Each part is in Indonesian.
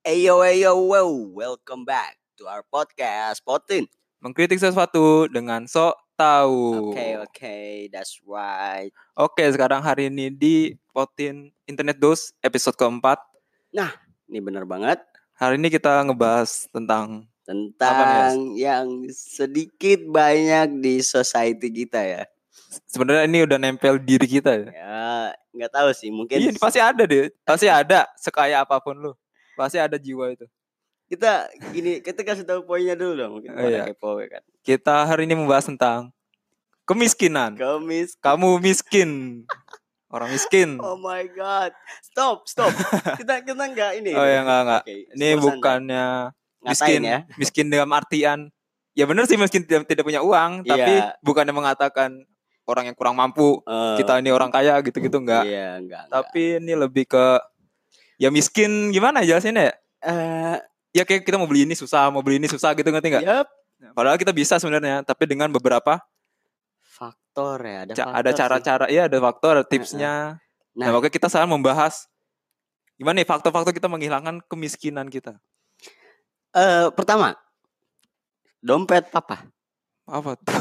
Wow, welcome back to our podcast, Potin. Mengkritik sesuatu dengan sok tahu. Oke, that's right. Oke, sekarang hari ini di Potin Internet Dos episode keempat. Nah, ini bener banget. Hari ini kita ngebahas tentang yang sedikit banyak di society kita ya. Sebenarnya ini udah nempel diri kita ya. Ya, nggak tahu sih, mungkin. Iya, pasti ada deh. Pasti ada, sekaya apapun lu. Pasti ada jiwa itu. Kita kasih tahu poinnya dulu dong, mungkin iya. kepo kan. Kita hari ini membahas tentang kemiskinan. Kamu miskin. Orang miskin. Oh my god. Stop. Kita enggak ini. Oh ya enggak. Okay. Ini bukannya miskin ya. Miskin dalam artian ya benar sih miskin tidak punya uang, tapi bukannya mengatakan orang yang kurang mampu, kita ini orang kaya gitu-gitu enggak. Iya, enggak. Tapi ini lebih ke ya miskin gimana jelasinnya ya? Ya kayak kita mau beli ini susah gitu, ngerti enggak? Yep. Padahal kita bisa sebenarnya, tapi dengan beberapa faktor ya, ada cara-cara, iya ada faktor, ada tipsnya. Nah, makanya kita sekarang membahas gimana nih faktor-faktor kita menghilangkan kemiskinan kita. Pertama, dompet papa. Apa tuh?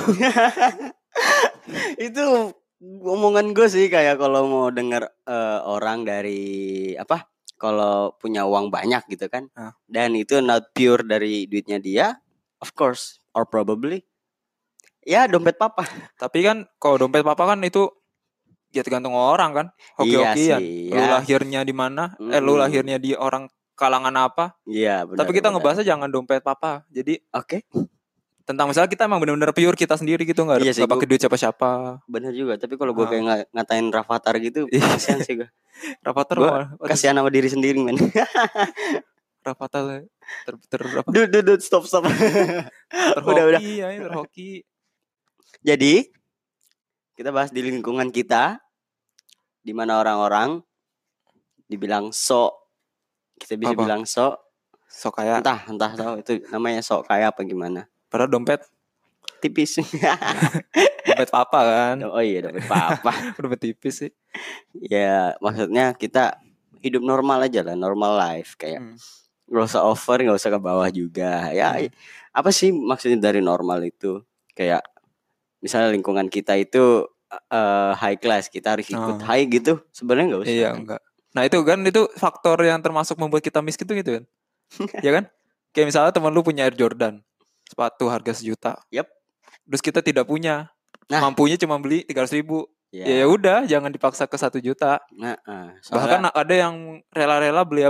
Itu omongan gue sih, kayak kalau mau dengar orang dari kalau punya uang banyak gitu kan, dan itu not pure dari duitnya dia, of course or probably ya dompet papa. Tapi kan kalau dompet papa kan itu ya tergantung orang kan. Hoki-hokian. Iya, lu lahirnya di mana? Lu lahirnya di orang kalangan apa? Iya, benar. Tapi kita ngebahasnya jangan dompet papa. Jadi tentang misalnya kita emang benar-benar pure kita sendiri gitu, enggak pakai duit siapa-siapa. Benar juga, tapi kalau gue kayak ngatain Rafathar gitu, kasihan sih gue. Rafathar gue kasihan sama diri sendiri, men. Rafathar stop. Udah. Terhoki. Jadi kita bahas di lingkungan kita, di mana orang-orang dibilang kita bisa bilang sok kaya. Entah tahu itu namanya sok kaya apa gimana. Padahal dompet tipis. Dompet papa kan. Oh iya, dompet papa. Dompet tipis sih. Ya maksudnya kita hidup normal aja lah, normal life kayak nggak usah over, nggak usah ke bawah juga. Ya apa sih maksudnya dari normal itu? Kayak misalnya lingkungan kita itu high class, kita harus ikut high gitu. Sebenarnya nggak usah. Iya, enggak. Nah itu faktor yang termasuk membuat kita miskin tuh gitu kan. Ya kan? Kayak misalnya teman lu punya Air Jordan, sepatu harga 1 juta. Yep. Terus kita tidak punya. Mampunya cuma beli 300.000. Ya udah, jangan dipaksa ke 1 juta. Bahkan ada yang rela-rela beli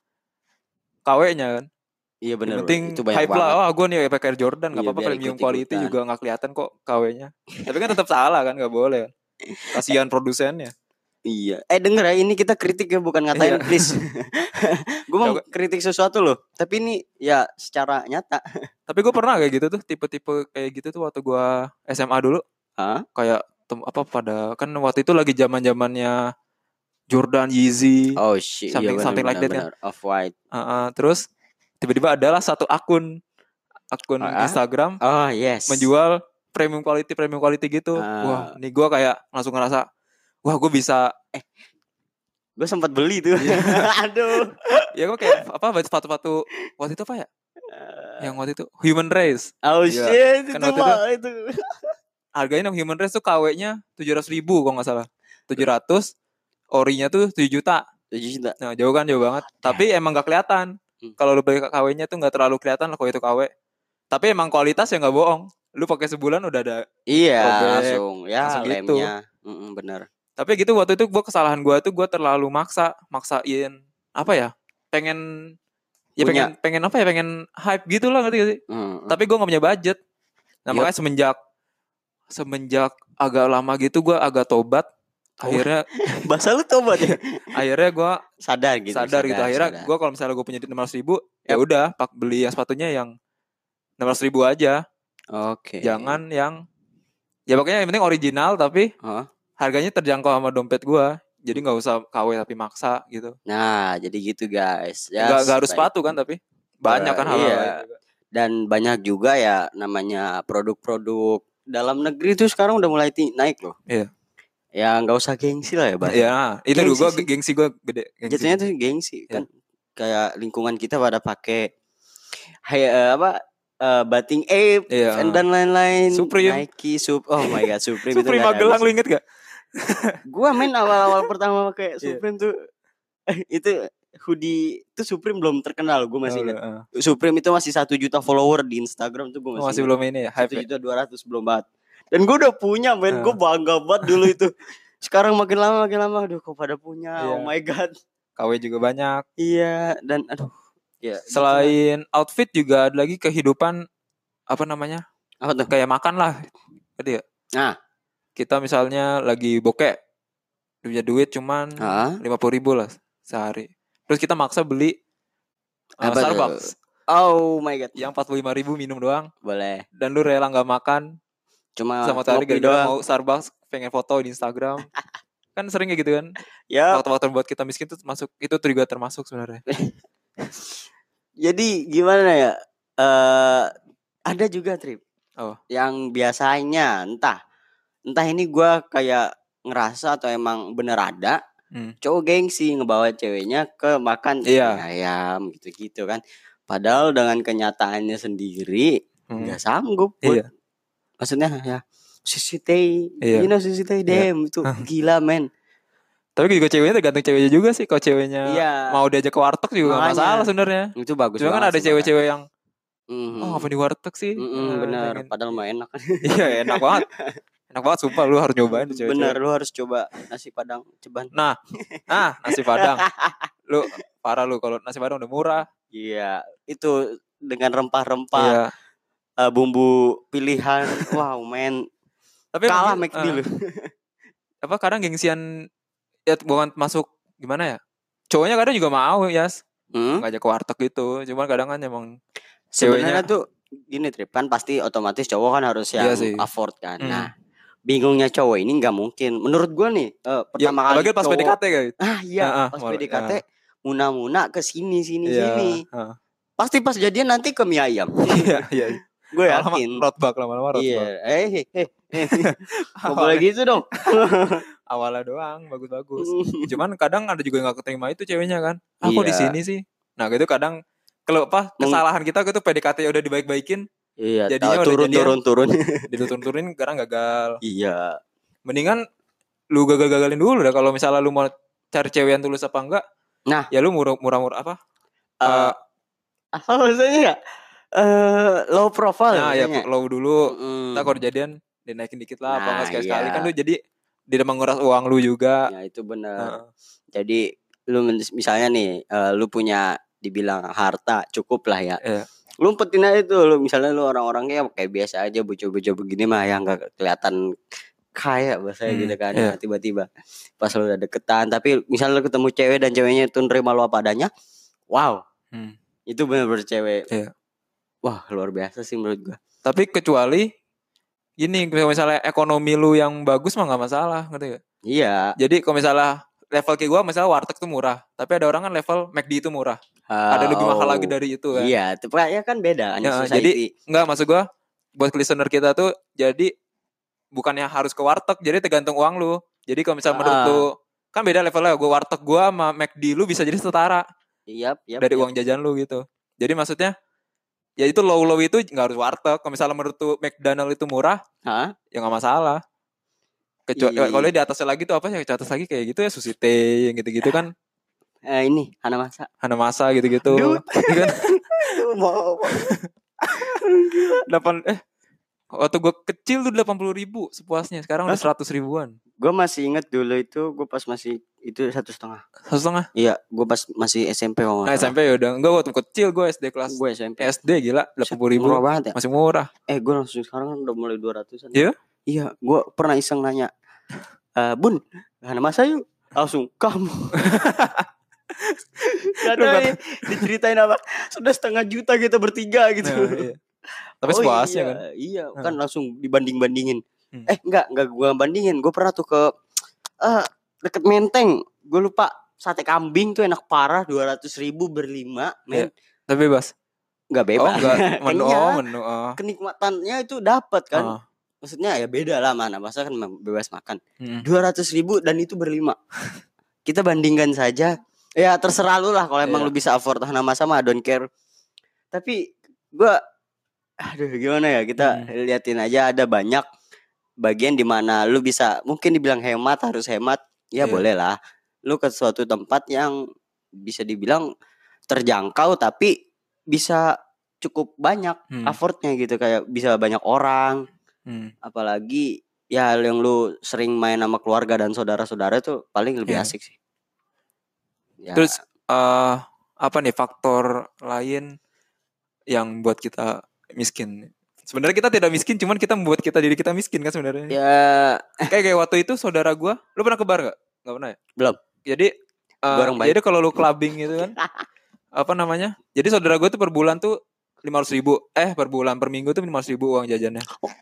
KW-nya kan. Iya benar. Yang penting hype lah. Gue nih pakai Air Jordan, nggak apa-apa, premium quality juga nggak kelihatan kok KW-nya. Tapi kan tetap salah kan, nggak boleh. Kasihan produsennya. Iya. Denger ya, ini kita kritik ya, bukan ngatain, please. Gue mau kritik sesuatu loh, tapi ini ya secara nyata. Tapi gue pernah kayak gitu tuh, tipe-tipe kayak gitu tuh waktu gue SMA dulu. Kayak kan waktu itu lagi zaman-zamannya Jordan, Yeezy, something like that kan. Off-white. Terus tiba-tiba adalah satu akun Instagram menjual premium quality gitu. Wah, nih gue kayak langsung ngerasa, wah gue bisa. Gue sempat beli tuh. Aduh. Ya gue kayak sepatu waktu itu apa ya? Yang waktu itu Human Race. Oh shit, kan itu. Harganya Human Race tuh KW-nya 700.000 kalau nggak salah. 700, orinya tuh 7 juta. 7 juta. Nah, jauh banget. Tapi emang nggak kelihatan. Kalau lu beli KW-nya tuh nggak terlalu kelihatan lah kalau itu KW. Tapi emang kualitas ya nggak bohong. Lu pakai sebulan udah ada. Iya, langsung lemnya. Gitu. Bener. Tapi gitu waktu itu kesalahan gue tuh gue terlalu maksain apa ya? Pengen hype gitu lah, ngerti gak sih? Tapi gue nggak punya budget. Nah makanya semenjak agak lama gitu gue agak tobat. Akhirnya bahasa lu tobat ya? Akhirnya gue sadar gitu. Akhirnya gue kalau misalnya gue punya 500.000, ya udah beli sepatunya yang 500.000 aja. Oke. Jangan yang ya pokoknya yang penting original tapi harganya terjangkau sama dompet gue. Jadi gak usah KW tapi maksa gitu. Nah jadi gitu guys. Gak harus sepatu kan, tapi banyak kan hal-hal lain juga. Dan banyak juga ya namanya produk-produk dalam negeri tuh sekarang udah mulai naik loh. Iya. Ya gak usah gengsi lah ya, Bang. Iya, itu dulu gue gengsi gue gede. Jatuhnya tuh gengsi kan. kayak lingkungan kita pada pakai Bathing Ape dan lain-lain. Supreme. Nike, oh my god, Supreme itu. Supreme Magelang lu inget gak? Gua main awal-awal pertama pakai Supreme tuh itu hoodie itu Supreme belum terkenal, gue masih ingat. Supreme itu masih 1 juta follower di Instagram tuh, gue masih belum ini ya, 1.200.000 belum banget. Dan gue udah punya, men. Gue bangga banget dulu itu. Sekarang makin lama aduh kok pada punya. Oh my god. KW juga banyak. Iya, dan aduh. Ya, selain gitu outfit juga ada lagi kehidupan apa tuh? Kayak makan lah. Gitu ya. Nah, kita misalnya lagi bokek, punya duit cuman 50.000 lah sehari. Terus kita maksa beli Starbucks. Oh my god. Yang 45.000 minum doang. Boleh. Dan lu rela gak makan. Cuma sama tadi gara-gara mau Starbucks, pengen foto di Instagram. Kan sering kayak gitu kan. Ya. Faktor-faktor buat kita miskin tuh itu juga termasuk sebenarnya. Jadi gimana ya? Ada juga Trip. Yang biasanya entah ini gue kayak ngerasa atau emang bener ada. Cowok gengsi ngebawa ceweknya ke makan ayam gitu-gitu kan. Padahal dengan kenyataannya sendiri nggak sanggup. Maksudnya ya Susitei, Susitei itu gila men. Tapi juga ceweknya tergantung ceweknya juga sih. Kalau ceweknya mau diajak ke warteg juga gak masalah sebenarnya. Itu bagus. Cuma kan ada cewek-cewek yang apa di warteg sih? Bener. Padahal mah enak. Iya enak banget. Enak banget sumpah, lu harus nyobain tuh cewek-cewek. Bener, lu harus coba nasi Padang Ceban. Nah, nasi Padang. Lu parah lu kalau nasi Padang udah murah. Iya, itu dengan rempah-rempah. Bumbu pilihan. Wow, men. Tapi kalah McD lu. Apa kadang gengsian ya bukan masuk gimana ya? Cowoknya kadang juga mau, Yas. Ngajak ke warteg gitu. Cuman kadang kan emang sebenarnya tuh gini Trip, kan pasti otomatis cowok kan harus yang afford kan. Nah, bingungnya cowok ini nggak mungkin. Menurut gue nih, pertama kali pas cowok, PDKT kan. Pas PDKT muna-muna ke sini. Pasti pas jadian nanti ke mie ayam. Iya. Gue yakin. Lama-lama rotbak. Iya. Boleh gitu dong. Awalnya doang bagus-bagus. Cuman kadang ada juga yang nggak keterima itu ceweknya kan. Kok di sini sih? Nah gitu kadang kalau kesalahan kita gitu PDKT udah dibaik-baikin. Iya, jadinya turun. Diturun-turunin kadang gagal. Iya. Mendingan lu gagalin dulu dah kalau misalnya lu mau cari cewek yang tulus apa enggak. Nah, ya lu murah-murah apa? Apa maksudnya ya? Low profile. Nah, ya low dulu. Entar kalau jadian dinaikin dikit lah apa enggak sekali-sekali kan lu jadi tidak menguras uang lu juga. Ya itu benar. Jadi lu misalnya nih lu punya dibilang harta cukup lah ya. Lu umpetin aja tuh, lu misalnya lu orang-orangnya kayak biasa aja, bocah-bocah begini mah yang gak kelihatan kaya bahasanya gitu kan. Nah, tiba-tiba pas lu udah deketan, tapi misalnya lu ketemu cewek dan ceweknya itu nerima lu apa adanya, wow. Itu benar-benar cewek. Wah, luar biasa sih menurut gua. Tapi kecuali ini misalnya ekonomi lu yang bagus mah gak masalah, ngerti gak? Iya. Jadi kalau misalnya level kayak gue misalnya warteg tuh murah, tapi ada orang kan level McD itu murah. Ada lebih mahal lagi dari itu kan. Iya, tapi ya kan beda. Jadi enggak, maksud gue buat listener kita tuh jadi bukannya harus ke warteg, jadi tergantung uang lu. Jadi kalau misalnya menurut lu kan beda levelnya, gue warteg gue sama McD lu bisa jadi setara. Dari uang jajan lu gitu. Jadi maksudnya ya itu low itu nggak harus warteg. Kalau misalnya menurut tuh McDonald itu murah, ya nggak masalah. Kecuali kalau di atasnya lagi tuh apa ya? Di atas lagi kayak gitu ya Susite yang gitu-gitu kan. Ini Hanamasa gitu-gitu. Kan? Mau. Waktu gue kecil tuh 80.000 sepuasnya. Sekarang udah 100.000-an. Gue masih inget dulu itu gue pas masih itu 1,5. 1,5? Iya, gue pas masih SMP. Nah SMP ya udah. Enggak, waktu kecil gue SD kelas. Gue SMP. SD gila 80.000. Murah banget ya? Masih murah. Gue langsung sekarang udah mulai 200-an. Iya? Iya, gue pernah iseng nanya, Bun, Hanamasa yuk. Langsung kamu. Gak tahu nih diceritain apa. Sudah 500.000 kita bertiga gitu. Iya. Tapi sepuasnya kan. Iya, kan langsung dibanding-bandingin. Enggak gue bandingin. Gue pernah tuh ke deket Menteng. Gue lupa, sate kambing tuh enak parah, 200.000 berlima, men. Tapi bebas. Enggak bebas. Menu. Kenikmatannya itu dapat kan. Maksudnya ya beda lah, mana masa kan bebas makan. 200.000 dan itu berlima. Kita bandingkan saja Ya terserah lu lah kalau emang lu bisa afford nama sama I don't care. Tapi gue gimana ya, kita liatin aja ada banyak bagian di mana lu bisa mungkin dibilang hemat, harus hemat. Ya boleh lah. Lu ke suatu tempat yang bisa dibilang terjangkau tapi bisa cukup banyak effortnya gitu, kayak bisa banyak orang. Apalagi ya yang lu sering main sama keluarga dan saudara-saudara tuh paling lebih asik sih. Ya. Terus apa nih faktor lain yang buat kita miskin? Sebenarnya kita tidak miskin, cuman kita membuat diri kita miskin kan sebenarnya. Ya kayak waktu itu saudara gue, lu pernah ke bar nggak? Nggak pernah ya? Belum. Jadi kalau lu clubbing gitu kan, apa namanya? Jadi saudara gue tuh per bulan tuh 500.000, per bulan, per minggu tuh 500.000 uang jajannya.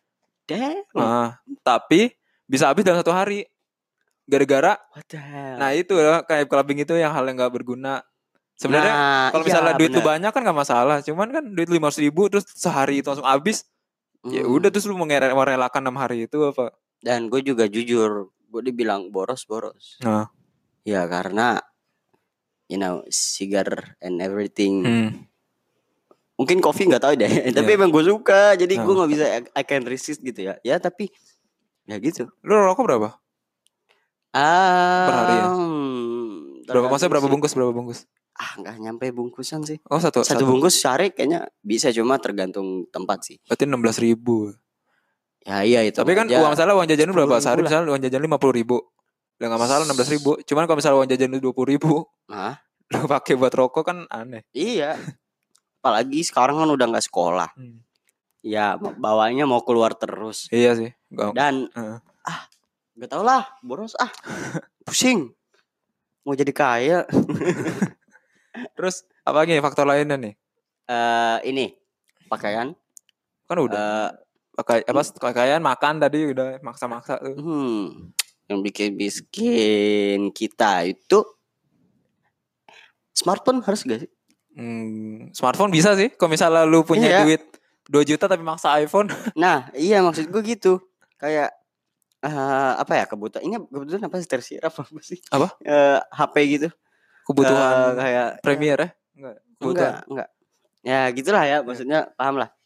Tapi bisa habis dalam 1 hari. Gara-gara nah itu lah, kayak clubbing itu yang hal yang gak berguna. Sebenarnya kalau misalnya duit lu banyak kan gak masalah. Cuman kan duit 500.000 terus sehari itu langsung habis. Ya udah, terus lu mau merelakan 6 hari itu apa? Dan gue juga jujur, gue dibilang boros. Ya karena cigar and everything. Mungkin kopi nggak tahu deh. Tapi emang gue suka, jadi gue nggak bisa I can resist gitu ya. Ya tapi ya gitu. Lu rokok berapa? Per hari ya? Berapa bungkus? Nggak nyampe bungkusan sih. Oh, satu bungkus sehari kayaknya bisa, cuma tergantung tempat sih. Berarti 16.000. Ya iya itu. Tapi kan uang jajan lu berapa sehari? Misalnya uang jajan 50.000, ya nggak masalah 16.000. Cuman kalau misalnya uang jajan lu 20.000, lu pakai buat rokok kan aneh. Iya. Apalagi sekarang kan udah nggak sekolah. Ya bawanya mau keluar terus. Iya sih. Dan nggak tau lah, boros pusing. Mau jadi kaya. Terus apa lagi faktor lainnya nih? Ini pakaian. Kan udah. Pakaian, makan tadi udah maksa-maksa tuh. Yang bikin kita itu smartphone harus gak sih? Smartphone bisa sih. Kalau misalnya lu punya duit 2 juta tapi maksa iPhone. Nah iya, maksud gue gitu. Kayak apa ya, kebutuhan apa sih, tersier apa sih? Apa? HP gitu. Kebutuhan kayak Premier ya? Enggak. Ya gitulah ya, maksudnya paham lah.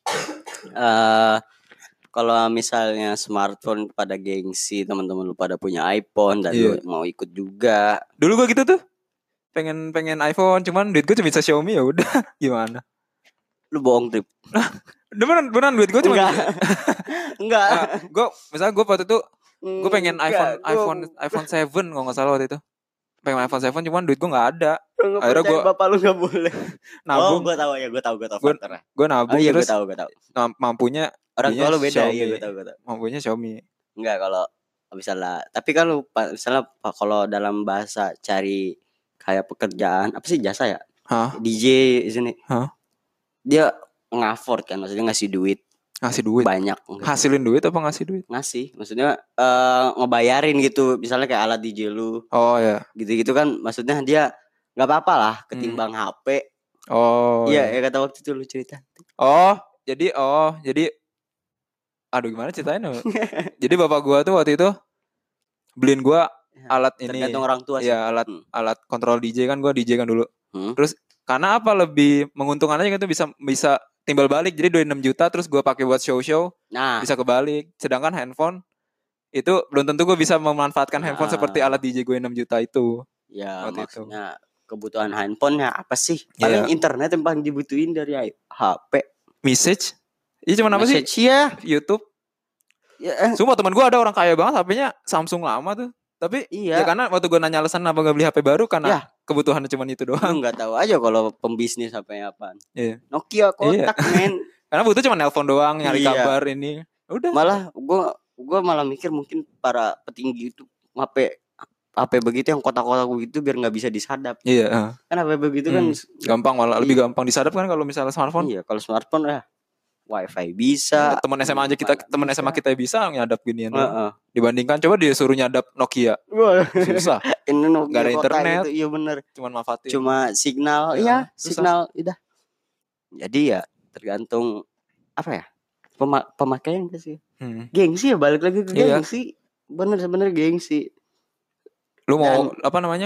Kalau misalnya smartphone pada gengsi, teman-teman lu pada punya iPhone dan lu mau ikut juga. Dulu gue gitu tuh. Pengen iPhone, cuman duit gue cuma bisa Xiaomi, ya udah. Gimana? Lu bohong, Trip. Beneran duit gue cuma enggak. Misalnya gue waktu itu gue pengen iPhone 7 kalau nggak salah waktu itu. Pengen iPhone 7, cuman duit gue nggak ada. Akhirnya gue, bapak lu nggak boleh nabung. Gue tahu faktornya. Gue nabung terus. Gue tahu. Mampunya orang tua lu beda. Xiaomi. Iya gue tahu. Mampunya Xiaomi. Enggak, kalau misalnya, tapi kan lu misalnya kalau dalam bahasa cari kayak pekerjaan apa sih, jasa ya? DJ sini. Dia ngafford kan, maksudnya ngasih duit banyak. Hasilin duit apa ngasih duit? Ngasih, maksudnya ngebayarin gitu, misalnya kayak alat DJ lu. Oh ya. Gitu kan, maksudnya dia nggak apa-apa lah ketimbang HP. Oh iya. Ya kata waktu itu lu cerita. Jadi aduh gimana ceritanya? Jadi bapak gua tuh waktu itu beliin gua alat ini. Tergantung orang tua sih. Ya alat kontrol DJ kan, gua DJ kan dulu. Terus karena apa lebih menguntungkan aja gitu, bisa timbal balik. Jadi duit 6 juta terus gue pakai buat show bisa kebalik. Sedangkan handphone itu belum tentu gue bisa memanfaatkan handphone seperti alat DJ gue 6 juta itu. Ya maksudnya kebutuhan handphone ya apa sih? Paling internet yang paling dibutuhin dari HP. Message? Iya cuman apa sih? Ya. YouTube. Sumpah teman gue ada orang kaya banget, HP-nya Samsung lama tuh. Tapi ya karena waktu gue nanya alasan apa gak beli HP baru, karena kebutuhannya cuma itu doang. Lu gak tahu aja kalau pembisnis HP-nya apaan. Nokia kotak men. Karena butuh cuma nelpon doang, nyari kabar ini. Udah. Malah gue malah mikir mungkin para petinggi itu HP begitu yang kotak-kotak begitu biar nggak bisa disadap. Iya. Kan HP begitu kan gampang, malah lebih gampang disadap kan kalau misalnya smartphone. Iya, kalau smartphone Wi-Fi bisa. Temen SMA aja SMA kita bisa nyadap ginian. Dibandingkan coba dia suruh nyadap Nokia. Susah. Ini Nokia gak ada internet. Itu, iya bener. Cuma signal. Iya, signal udah. Jadi ya tergantung apa ya? Pemakaian sih. Gengsi ya, balik lagi ke gengsi. Bener sebenarnya gengsi. Lu mau apa namanya?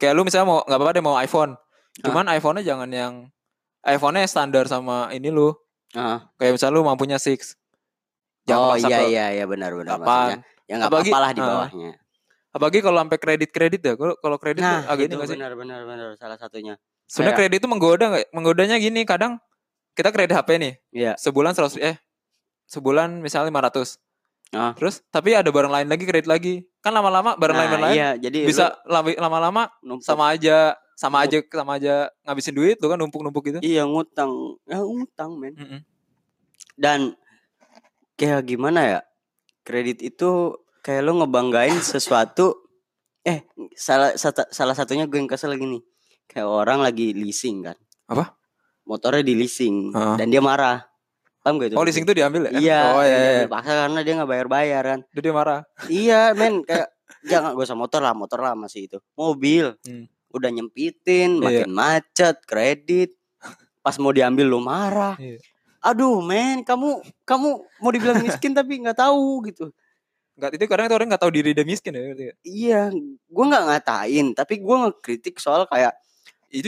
Kayak lu misalnya mau nggak apa-apa deh mau iPhone. Cuman iPhone-nya jangan yang iPhone-nya standar sama ini lu. Kayak misalnya lu mampunya 6. Jangan iya benar maksudnya. Ya enggak apa-apa lah di bawahnya. Apalagi kalau sampai kredit ya. Kalau kredit tuh agak ini enggak sih? Benar salah satunya. Sebenarnya kredit itu menggoda enggak? Menggodanya gini, kadang kita kredit HP nih. Iya. Sebulan misalnya 500. Terus tapi ada barang lain lagi kredit lagi. Kan lama-lama barang lain iya, jadi bisa lama-lama sama aja ngabisin duit lu kan numpuk-numpuk gitu. Iya, ngutang men. Dan kayak gimana ya? Kredit itu kayak lo ngebanggain sesuatu. Salah satunya gue yang kesel gini. Kayak orang lagi leasing kan. Apa? Motornya di leasing dan dia marah. Paham gak itu? Oh, leasing tuh diambil ya? Iya. Iya. Paksa karena dia gak bayar kan. Dia marah. Iya men, kayak jangan gak usah motor lah masih itu. Mobil. Udah nyempitin, makin macet, kredit. Pas mau diambil lu marah. Aduh men, kamu mau dibilang miskin tapi gak tahu gitu. Enggak, itu kadang orang gak tahu diri dia miskin ya. Iya, gue gak ngatain, tapi gue ngekritik soal kayak itu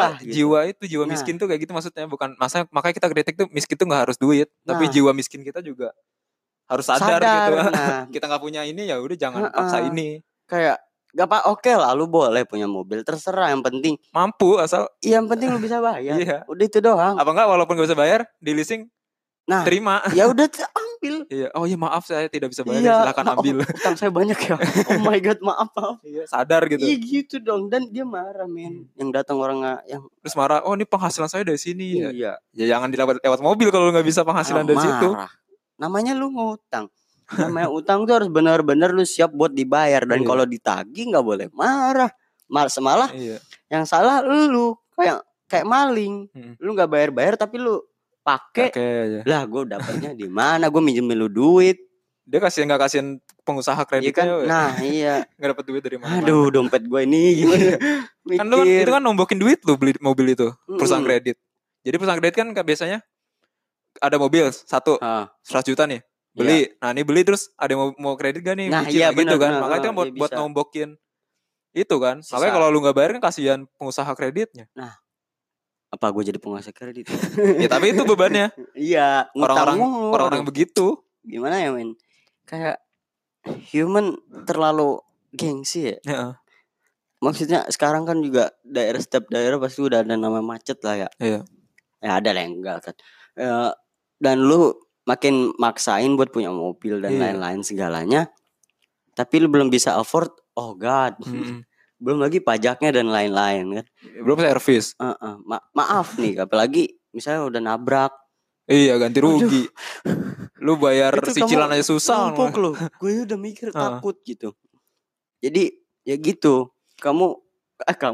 jiwa miskin tuh kayak gitu maksudnya, bukan makanya kita kritik tuh miskin tuh nggak harus duit, tapi jiwa miskin kita juga harus sadar gitu. Kita nggak punya ini ya udah jangan paksa ini. Kayak gak apa oke lah lu boleh punya mobil terserah, yang penting mampu asal. Iya, yang penting lu bisa bayar. Iya. Udah itu doang. Apa enggak walaupun gak bisa bayar di leasing? Nah, terima. Ya udah ambil. Iya. Oh iya maaf saya tidak bisa bayar, silakan ambil. Utang saya banyak ya. Oh my god, maaf. Iya, sadar gitu. Iya gitu dong, dan dia marah men. Yang datang orang yang terus marah, "Oh, ini penghasilan saya dari sini ya." Iya. Ya jangan lewat mobil kalau lu enggak bisa penghasilan dari situ. Namanya lu ngutang. Namanya utang tuh harus benar-benar lu siap buat dibayar, dan kalau ditagih enggak boleh marah. Malah yang salah lu kayak maling. Lu enggak bayar-bayar tapi lu pakai lah, gue dapatnya di mana? Gue minjemin lu duit. Dia nggak kasihin pengusaha kreditnya. Iya kan? Nah iya. Nggak dapat duit dari mana? Aduh, dompet gue ini gimana? Kan lu itu kan nombokin duit lu beli mobil itu perusahaan kredit. Jadi perusahaan kredit kan biasanya ada mobil 100 juta nih beli. Nah ini beli terus ada yang mau kredit gak nih? Nah iya gitu bener, kan. Makanya itu kan buat nombokin itu kan. Makanya kalau lu nggak bayar kan kasihan pengusaha kreditnya. Nah, apa gue jadi pengusaha kredit? Ya tapi itu bebannya. Iya, orang-orang begitu. Gimana ya men? Kayak human terlalu gengsi ya. Maksudnya sekarang kan juga setiap daerah pasti udah ada nama macet lah ya. Iya. Ya ada lah yang enggak kan. Dan lu makin maksain buat punya mobil dan lain-lain segalanya. Tapi lu belum bisa afford. Oh god. Belum lagi pajaknya dan lain-lain kan. Belum servis. Maaf nih, apalagi misalnya udah nabrak. Iya, ganti rugi. Lu bayar cicilan aja susah. Numpuk lu. Gue udah mikir takut gitu. Jadi ya gitu. Kamu kan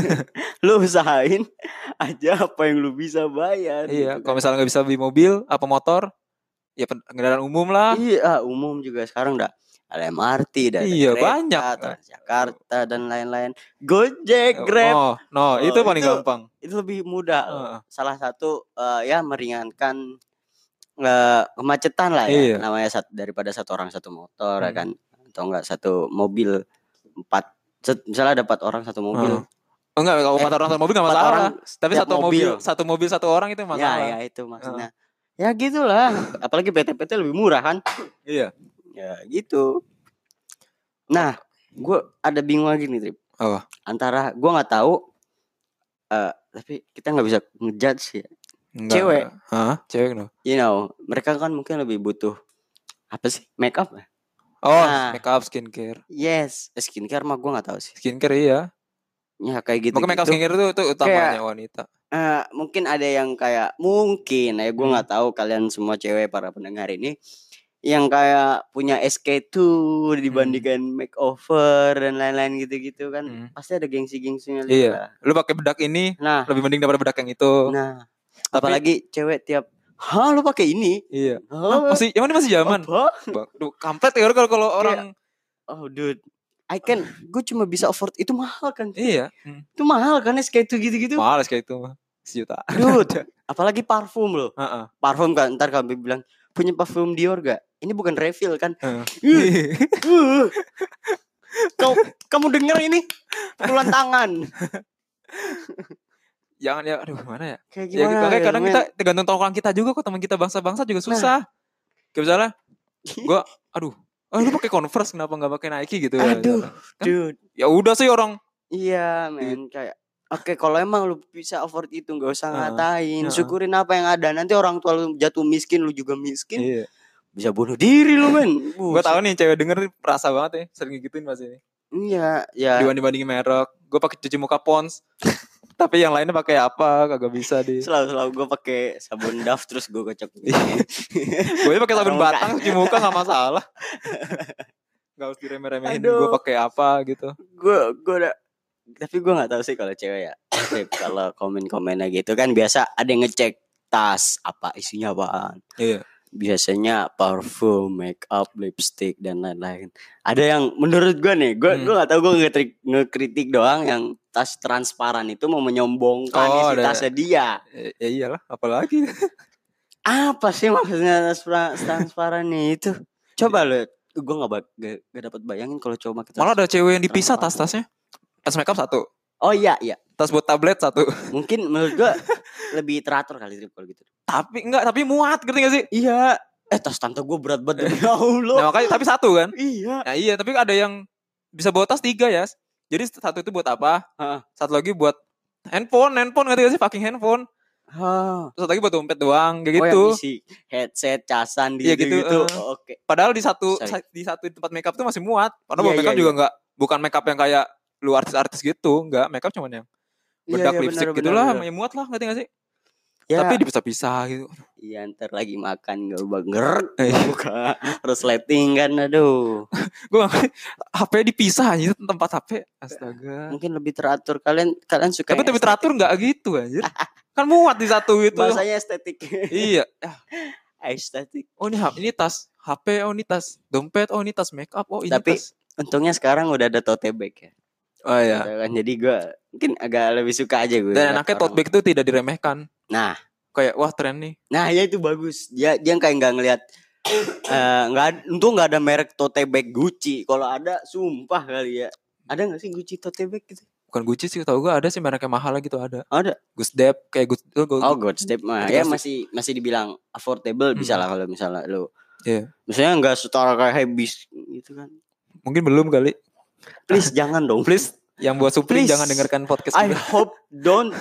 lu usahain aja apa yang lu bisa bayar. Iya, gitu kalau misalnya nggak bisa beli mobil apa motor, ya kendaraan umum lah. Iya, umum juga sekarang ada MRT, ada kereta, banyak, Jakarta dan lain-lain. Gojek, Grab. Itu paling gampang. Itu lebih mudah. Salah satu ya meringankan kemacetan lah ya. Namanya daripada satu orang satu motor ya kan, atau enggak satu mobil 4. Misalnya ada 4 orang satu mobil. Enggak, kalau 4 orang satu mobil enggak masalah. Orang, tapi satu mobil satu orang itu masalah. Ya itu maksudnya. Ya gitulah. Apalagi PT lebih murah kan? Iya. Ya gitu. Nah, gue ada bingung lagi nih Trip. Antara gue nggak tahu, tapi kita nggak bisa ngejudge ya. Cewek. Cewek no. You know, mereka kan mungkin lebih butuh apa sih? Make up ya? Make up, skincare. Yes, skincare mah gue nggak tahu sih. Skincare iya. Ya kayak gitu. Mungkin make up skincare itu utamanya kayak, wanita. Mungkin ada yang kayak gue nggak tahu kalian semua cewek para pendengar ini yang kayak punya SK2 dibandingkan makeover dan lain-lain gitu-gitu kan. Pasti ada gengsi-gengsinya. Iya. Lu pakai bedak ini lebih mending daripada bedak yang itu. Nah, apalagi cewek tiap lu pakai ini? Iya. Masih zaman. Duh, kampret ya kalau orang. Oh dude, gue cuma bisa afford, itu mahal kan? Iya. Itu mahal kan SK2 gitu-gitu. Mahal SK2 mah. 1 juta. Dude, apalagi parfum loh. Parfum kan, ntar kami bilang punya parfum Dior gak? Ini bukan refill kan? Kamu denger ini? Pulang tangan. Jangan ya, aduh gimana ya? Kayak gimana? Ya, kayak kadang kita tergantung tongkrongan kita juga kok, teman kita bangsa-bangsa juga susah. Kayak misalnya, gue, lu pakai Converse kenapa nggak pakai Nike gitu? Aduh, kan, dude. Ya udah sih orang. Iya, men, kayak oke, kalau emang lu bisa afford itu nggak usah ngatain, syukurin apa yang ada. Nanti orang tua lu jatuh miskin, lu juga miskin. Iya. Bisa bunuh diri lu, men. Gue tahu nih cewek denger perasa banget ya, sering gituin pas ini. Iya, ya. Dibanding merek, gue pakai cuci muka Pond's. Tapi yang lainnya pakai apa? Kagak bisa deh. Selalu gue pakai sabun Dove terus gue kocok. Gue pakai sabun batang cuci muka nggak masalah. Gak harus diremeh-remehin gue pakai apa gitu. Gue udah, tapi gue nggak tahu sih kalau cewek ya. Kalau komen-komennya gitu kan biasa ada yang ngecek tas apa isinya apaan. Iya. Biasanya parfum, make up, lipstick dan lain-lain. Ada yang menurut gue nih, gue nggak tahu, gue ngekritik doang yang tas transparan itu mau menyombongkan isi tasnya dia. Ya iyalah, apalagi. Apa sih maksudnya tas transparan nih itu? Coba lo, gue nggak dapat bayangin kalau cowok pakai tas. Malah ada cewek yang dipisah tas-tasnya. Tas makeup satu. Oh iya. Tas buat tablet satu. Mungkin menurut gue lebih teratur kali kalau gitu. Tapi muat, ngerti gak sih? Iya. Tas tante gue berat banget. Ya Allah. Nah, makanya tapi satu kan? Iya. Nah, iya, tapi ada yang bisa bawa tas 3 ya. Jadi satu itu buat apa? Satu lagi buat handphone, ngerti gak sih? Fucking handphone. Terus satu lagi buat dompet doang, kayak gitu. Yang isi headset, casan gitu. Oke. Padahal di satu tempat makeup tuh masih muat. Karena makeup juga enggak, bukan makeup yang kayak lu artis-artis gitu, enggak. Makeup cuman yang bedak, lipstick gitulah, yang muat lah, ngerti gak sih? Ya. Tapi dipisah-pisah gitu. Iya, ntar lagi makan gak banger, buka resleting kan, aduh. Gue HP dipisah aja tempat HP, astaga. Mungkin lebih teratur, kalian suka. Tapi lebih teratur nggak gitu anjir. Kan muat di satu gitu. Bahasanya estetik. Iya. Estetik. Oh ini tas HP, oh ini tas dompet, oh ini tas makeup, oh ini tapi, tas. Untungnya sekarang udah ada tote bag ya. Oh iya. Jadi gue mungkin agak lebih suka aja gue. Dan enaknya tote bag itu tidak diremehkan. Nah, kayak wah tren nih. Nah ya itu bagus. Dia kayak nggak ngelihat. Untung nggak ada merek tote bag Gucci. Kalau ada, sumpah kali ya. Ada nggak sih Gucci tote bag gitu? Bukan Gucci sih, tau gue ada sih mereknya mahal gitu ada. Ada. Gucci kayak Gucci. Gucci mah. Ya masih dibilang affordable bisa lah kalau misalnya lo. Iya. Misalnya nggak setara kayak Habis gitu kan. Mungkin belum kali. Please jangan dong. Please yang buat Supli jangan dengarkan podcast I hope don't.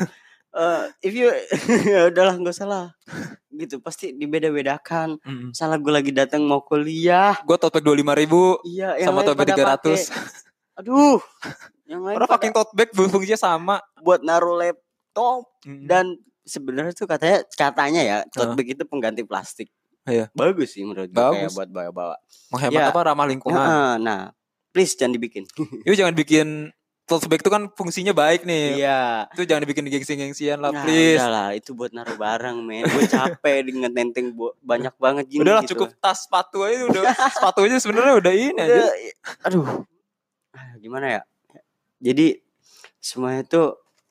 If you udahlah nggak salah gitu, pasti dibeda-bedakan. Salah gue lagi datang mau kuliah, gue tote bag 25.000. Iya, sama tote bag 300. Aduh, yang lain fucking tote bag fungsinya sama buat naruh laptop. Dan sebenarnya tuh katanya ya tote bag itu pengganti plastik. Iya. Bagus sih menurut gue, kayak buat bawa-bawa. Menghemat ramah lingkungan. Nah, please jangan dibikin. Yuk jangan bikin. Tote bag itu kan fungsinya baik nih. Iya. Itu jangan dibikin gengsi-gengsian lah, please. Udahlah, itu buat naruh barang, men. Gue capek dengan nenteng banyak banget gini. Udahlah gitu. Cukup tas sepatu aja udah. Sepatu aja sebenarnya udah ini aja. Aduh. Gimana ya? Jadi semuanya itu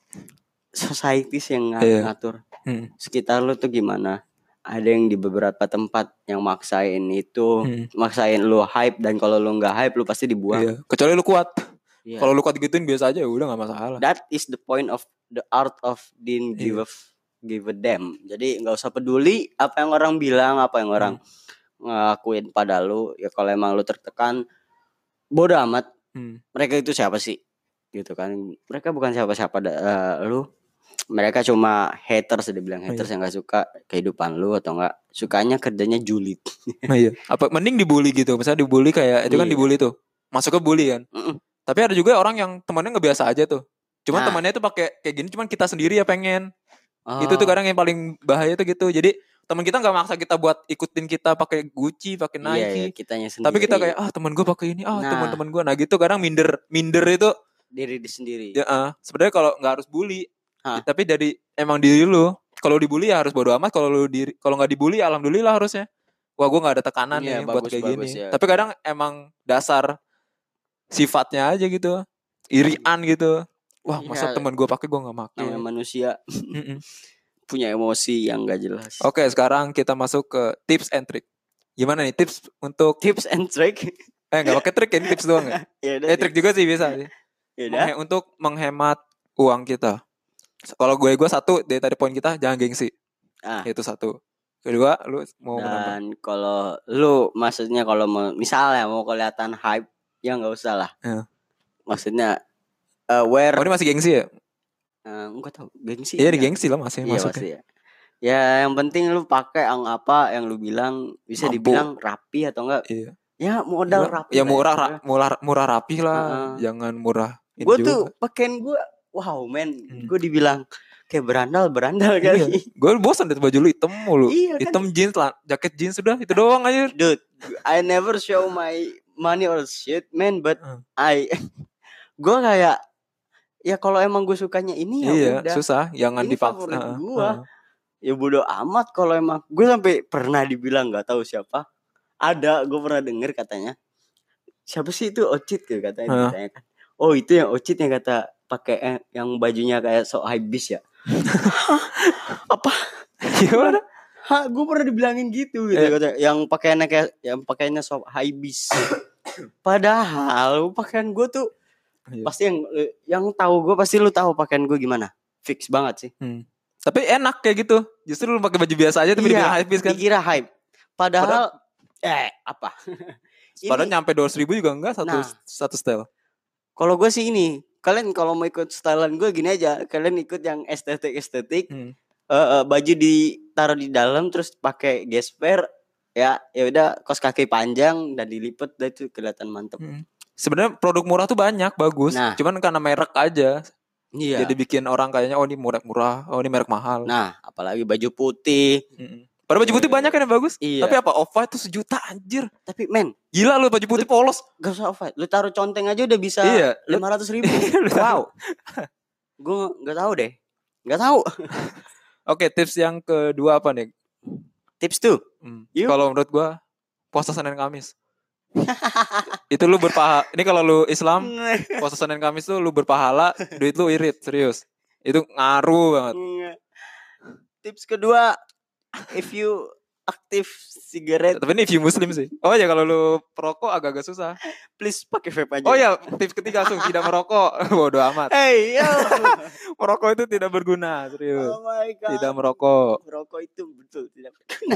society yang ngatur. Sekitar lu tuh gimana? Ada yang di beberapa tempat yang maksain itu, maksain lu hype, dan kalau lu nggak hype lu pasti dibuang. Iya. Kecuali lu kuat. Yeah. Kalau lu kuat gituin biasa aja, udah nggak masalah. That is the point of the art of didn't give a damn. Jadi nggak usah peduli apa yang orang bilang, apa yang orang ngakuin pada lu. Ya kalau emang lu tertekan, bodo amat. Mereka itu siapa sih? Gitu kan? Mereka bukan siapa-siapa lu. Mereka cuma haters, dia bilang haters yang nggak suka kehidupan lu atau nggak sukanya kerjanya julid. Iya. Apa mending dibully gitu? Misalnya dibully kayak itu kan dibully tuh, masuk ke bully kan. Tapi ada juga orang yang temannya nggak biasa aja tuh. Cuman temannya itu pakai kayak gini, cuman kita sendiri ya pengen. Itu tuh kadang yang paling bahaya tuh gitu. Jadi teman kita nggak maksa kita buat ikutin kita pakai Gucci, pakai Nike. Kitanya sendiri. Tapi kita kayak teman gue pakai ini, teman-teman gue. Nah gitu kadang minder itu diri sendiri. Ya, sebenarnya kalau nggak harus bully, tapi dari emang diri lu. Kalau dibully ya harus bodo amat. Kalau nggak dibully ya alhamdulillah harusnya. Wah gue nggak ada tekanan nih buat kayak gini. Ya. Tapi kadang emang dasar sifatnya aja gitu, irian gitu. Wah masa teman gue pakai gue nggak pakai. Namanya manusia punya emosi yang nggak jelas. Oke, sekarang kita masuk ke tips and trick. Gimana nih tips untuk tips and trick? Enggak pakai trik, ini tips doang ya. Trik juga sih bisa sih. Untuk menghemat uang kita. Kalau gue satu dari tadi poin kita, jangan gengsi. Itu satu. Kedua, lu mau menambah. Dan kalau lu maksudnya kalau misalnya mau kelihatan hype, ya nggak usah lah. Maksudnya wear. Oh, ini masih gengsi ya? Enggak tahu gengsi. Iya, gengsi lah masih masuk ya. Ya yang penting lu pakai yang apa yang lu bilang bisa dibilang rapi atau enggak? Iya. Ya modal rapi. Ya murah rapi lah, jangan murah. Gue tuh pakaian gue, wow men, gue dibilang kayak berandal kali. Gue bosan deh baju lu hitam mulu. Hitam kan? Jeans lah, jaket jeans sudah itu doang aja. Dude, I never show my money or shit man, but gue kayak ya kalau emang gue sukanya ini ya udah. Susah, jangan dipaksa. Gue ya bodo amat kalau emang. Gue sampai pernah dibilang nggak tahu siapa. Ada, gue pernah denger katanya. Siapa sih itu Ocit gitu katanya ditanyakan. Oh itu yang Ocit yang kata pakai yang bajunya kayak sok hypebeast ya. Apa? Gimana? Gue pernah dibilangin gitu kata. Yang pakaiannya sok hypebeast. Padahal pakaian gue tuh pasti yang tahu gue pasti lu tahu pakaian gue gimana. Fix banget sih. Tapi enak kayak gitu. Justru lu pakai baju biasa aja tapi dibilang hypebeast kan. Dikira hype. Padahal apa? Padahal nyampe 200.000 juga enggak satu style. Kalau gue sih ini, kalian kalau mau ikut stylean gue gini aja, kalian ikut yang estetik, baju ditaruh di dalam terus pakai gesper, ya udah kaos kaki panjang dan dilipet, dah itu kelihatan mantep. Sebenarnya produk murah tuh banyak bagus, cuman karena merek aja. Iya. Jadi bikin orang kayaknya ini murah, ini merek mahal. Nah, apalagi baju putih. Padahal baju putih banyak kan yang bagus. Tapi apa off-white tuh 1 juta anjir. Tapi men, gila lu baju putih polos. Gak usah off-white. Lu taruh conteng aja udah bisa 500.000. Wow. Gue gak tahu deh. Gak tahu. Oke, tips yang kedua apa nih? Tips 2. Kalau menurut gue puasa Senin Kamis. Itu lu berpahala. Ini kalau lu Islam, puasa Senin Kamis tuh lu berpahala, duit lu irit, serius. Itu ngaruh banget. Tips kedua, if you aktif sigaret. Tapi ini if you Muslim sih. Oh ya kalau lu perokok agak-agak susah. Please pakai vape aja. Oh ya, tips ketiga langsung tidak merokok. Bodoh amat. Hey yo. Merokok itu tidak berguna, serius. Oh my God. Tidak merokok. Merokok itu betul tidak berguna.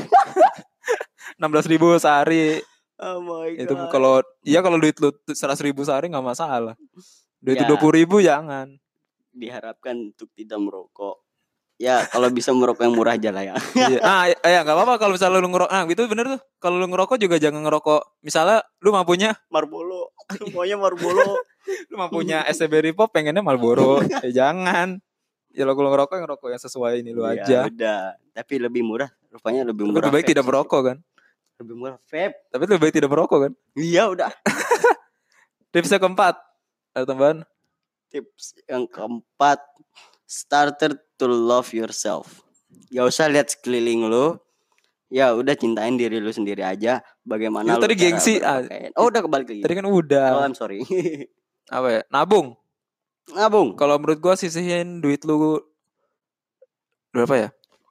16.000 sehari. Oh my God. Itu kalau duit lu 100.000 sehari nggak masalah. Duit 20.000 jangan. Diharapkan untuk tidak merokok. Ya kalau bisa merokok yang murah aja lah ya. Iya. Nggak apa-apa kalau misalnya lu ngerokok. Nah itu bener tuh. Kalau lu ngerokok juga jangan ngerokok. Misalnya lu mampunya Marlboro. Maunya Marlboro. Lu mampunya SCBD Pop pengennya Marlboro. Jangan. Ya lo kalau ngerokok yang sesuai ini lu aja. Udah. Tapi lebih murah. Rupanya lebih murah. Lebih baik tidak merokok kan. Lebih murah vape. Tapi lebih baik tidak merokok kan. Iya udah. Tips yang keempat. Ada tambahan? Tips yang keempat. Starter to love yourself. Gak usah lihat sekeliling lu. Ya udah cintain diri lu sendiri aja. Bagaimana lu tadi gengsi. Oh udah kebalik lagi. Tadi kan udah. Oh I'm sorry. Apa ya? Nabung. Kalau menurut gua sisihin duit lu berapa ya?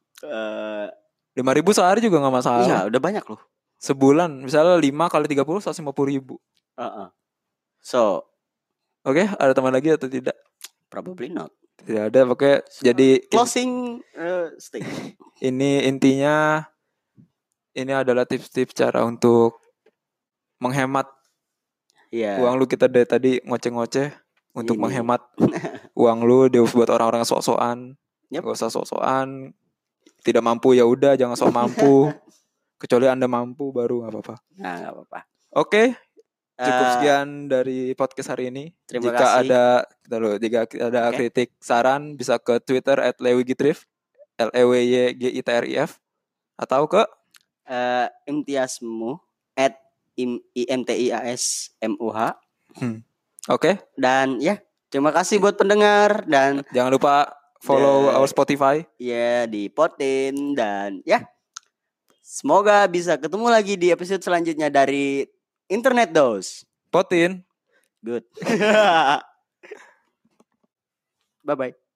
5.000 sehari juga gak masalah. Iya udah banyak loh. Sebulan misalnya 5 kali 30 150.000. So Oke, ada teman lagi atau tidak? Probably not. Tidak ada, pokoknya jadi closing statement. Ini intinya ini adalah tips-tips cara untuk menghemat uang lu. Kita dari tadi ngoceh-ngoceh untuk menghemat uang lu buat orang-orang sok-sokan. Gak usah sok-sokan. Tidak mampu ya udah, jangan sok mampu. Kecuali Anda mampu baru gak apa-apa. Nah, gak apa-apa. Oke. Cukup sekian dari podcast hari ini. Terima kasih. Jika ada kritik, saran bisa ke Twitter @lewigitrif, LEWYGITRIF, atau ke imtiasmu @imtiasmuh. Oke. Dan terima kasih buat pendengar dan jangan lupa follow our Spotify. Di Podin dan semoga bisa ketemu lagi di episode selanjutnya dari Internet Dose. Podin. Good. Bye-bye.